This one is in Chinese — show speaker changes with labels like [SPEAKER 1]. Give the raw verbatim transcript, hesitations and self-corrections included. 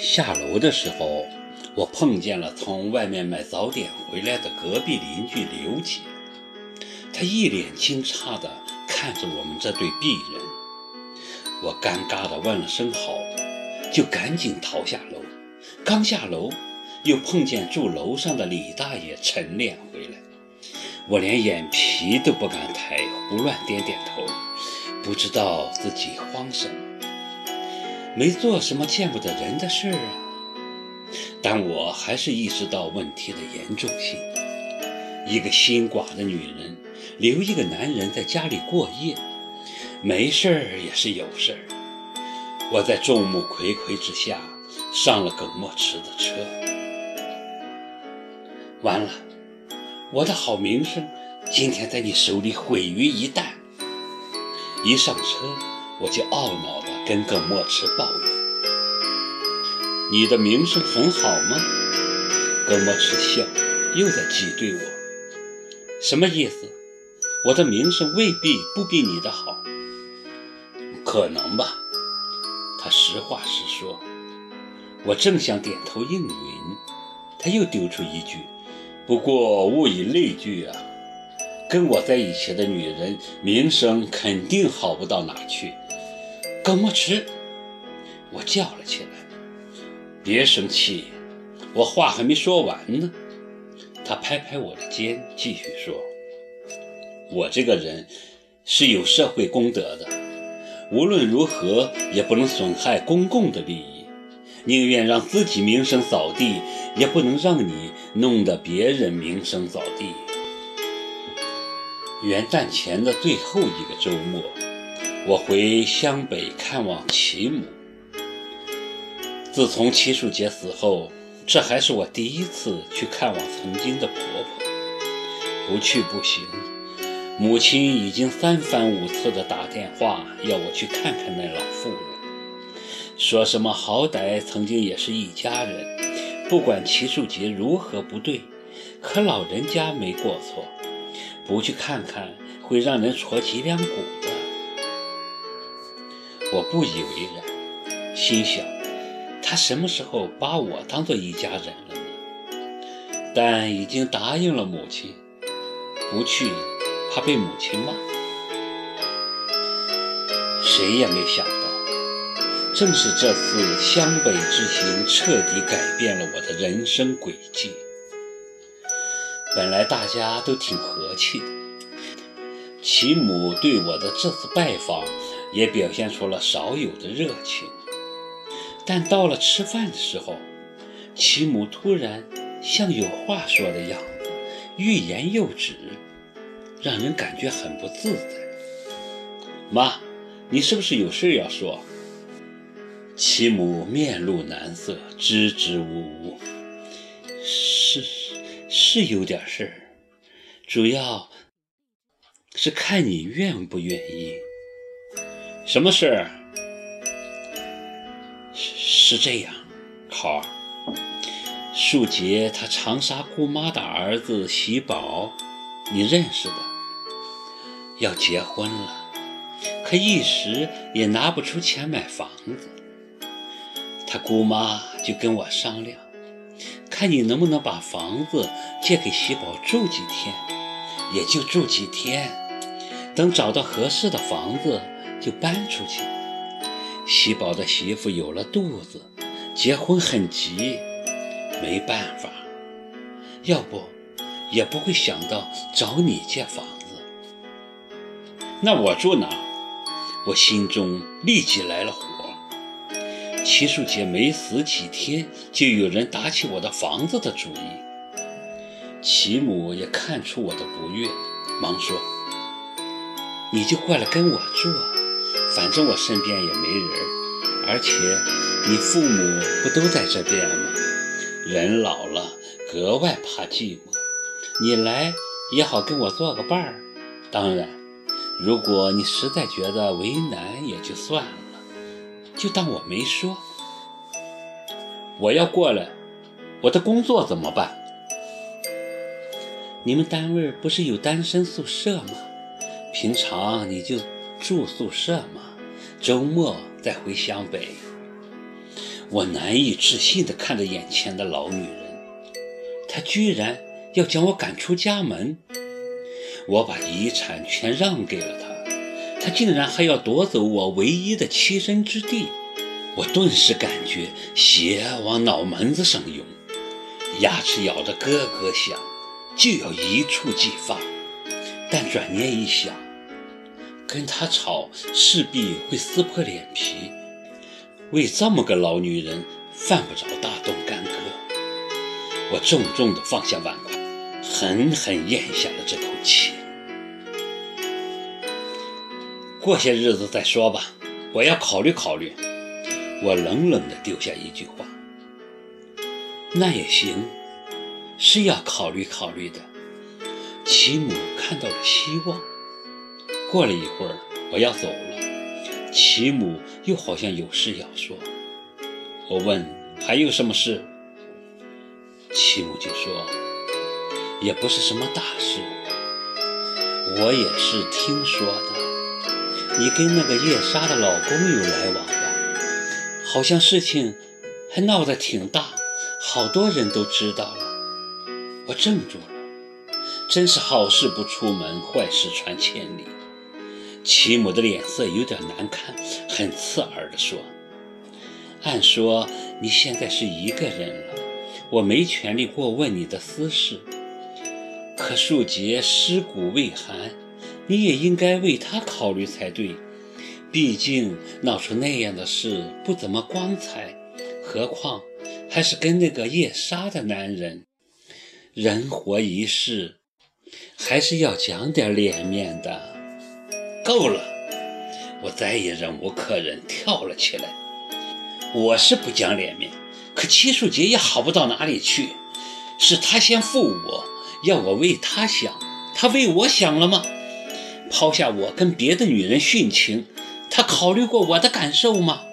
[SPEAKER 1] 下楼的时候，我碰见了从外面买早点回来的隔壁邻居刘姐，她一脸惊诧地看着我们这对璧人。我尴尬地问了声好，就赶紧逃下楼。刚下楼，又碰见住楼上的李大爷晨练回来，我连眼皮都不敢抬，胡乱点点头，不知道自己慌什么。没做什么见不得人的事啊，但我还是意识到问题的严重性。一个新寡的女人留一个男人在家里过夜，没事儿也是有事儿。我在众目睽睽之下上了耿墨池的车。完了，我的好名声今天在你手里毁于一旦。一上车我就懊恼地跟耿墨池抱怨：你的名声很好吗？耿墨池笑，又在挤兑我。什么意思？我的名声未必不比你的好。可能吧，他实话实说。我正想点头应允，他又丢出一句：不过物以类聚啊，跟我在一起的女人名声肯定好不到哪去。耿墨池，我叫了起来。别生气，我话还没说完呢。他拍拍我的肩，继续说：我这个人是有社会公德的，无论如何也不能损害公共的利益，宁愿让自己名声扫地，也不能让你弄得别人名声扫地。元旦前的最后一个周末，我回湘北看望其母。自从齐树杰死后，这还是我第一次去看望曾经的婆婆。不去不行，母亲已经三番五次的打电话要我去看看那老妇人，说什么好歹曾经也是一家人，不管齐树杰如何不对，可老人家没过错，不去看看会让人戳脊梁骨的。我不以为然，心想他什么时候把我当做一家人了呢？但已经答应了母亲，不去怕被母亲骂。谁也没想到，正是这次湘北之行彻底改变了我的人生轨迹。本来大家都挺和气的，其母对我的这次拜访也表现出了少有的热情。但到了吃饭的时候，其母突然像有话说的样子，欲言又止，让人感觉很不自在。妈，你是不是有事要说？其母面露难色，支支吾吾。是是有点事儿，主要是看你愿不愿意。什么事儿？是这样，考儿，树杰他长沙姑妈的儿子喜宝，你认识的，要结婚了，可一时也拿不出钱买房子。他姑妈就跟我商量，看你能不能把房子借给喜宝住几天，也就住几天，等找到合适的房子就搬出去。喜宝的媳妇有了肚子，结婚很急，没办法，要不也不会想到找你借房子。那我住哪？我心中立即来了火。齐树杰没死几天，就有人打起我的房子的主意。齐母也看出我的不悦，忙说：你就过来跟我住啊，反正我身边也没人，而且你父母不都在这边吗？人老了格外怕寂寞，你来也好跟我做个伴儿。当然，如果你实在觉得为难也就算了，就当我没说。我要过来，我的工作怎么办？你们单位不是有单身宿舍吗？平常你就住宿舍嘛，周末再回湘北。 我难以置信地看着眼前的老女人，她居然要将我赶出家门。我把遗产全让给了她，她竟然还要夺走我唯一的栖身之地。我顿时感觉血往脑门子上涌，牙齿咬得咯咯响，就要一触即发。但转念一想，跟她吵势必会撕破脸皮，为这么个老女人犯不着大动干戈。我重重地放下碗筷，狠狠咽下了这口气。过些日子再说吧，我要考虑考虑。我冷冷地丢下一句话。那也行，是要考虑考虑的。齐母看到了希望。过了一会儿，我要走了，齐母又好像有事要说。我问还有什么事，齐母就说也不是什么大事，我也是听说的，你跟那个夜莎的老公有来往吧，好像事情还闹得挺大，好多人都知道了。我怔住了，真是好事不出门，坏事传千里。齐母的脸色有点难看，很刺耳地说，按说你现在是一个人了，我没权利过问你的私事，可树杰尸骨未寒，你也应该为他考虑才对，毕竟闹出那样的事不怎么光彩，何况还是跟那个夜莎的男人。人活一世，还是要讲点脸面的。够了！我再也忍无可忍，跳了起来。我是不讲脸面，可戚树杰也好不到哪里去，是他先负我，要我为他想，他为我想了吗？抛下我跟别的女人殉情，他考虑过我的感受吗？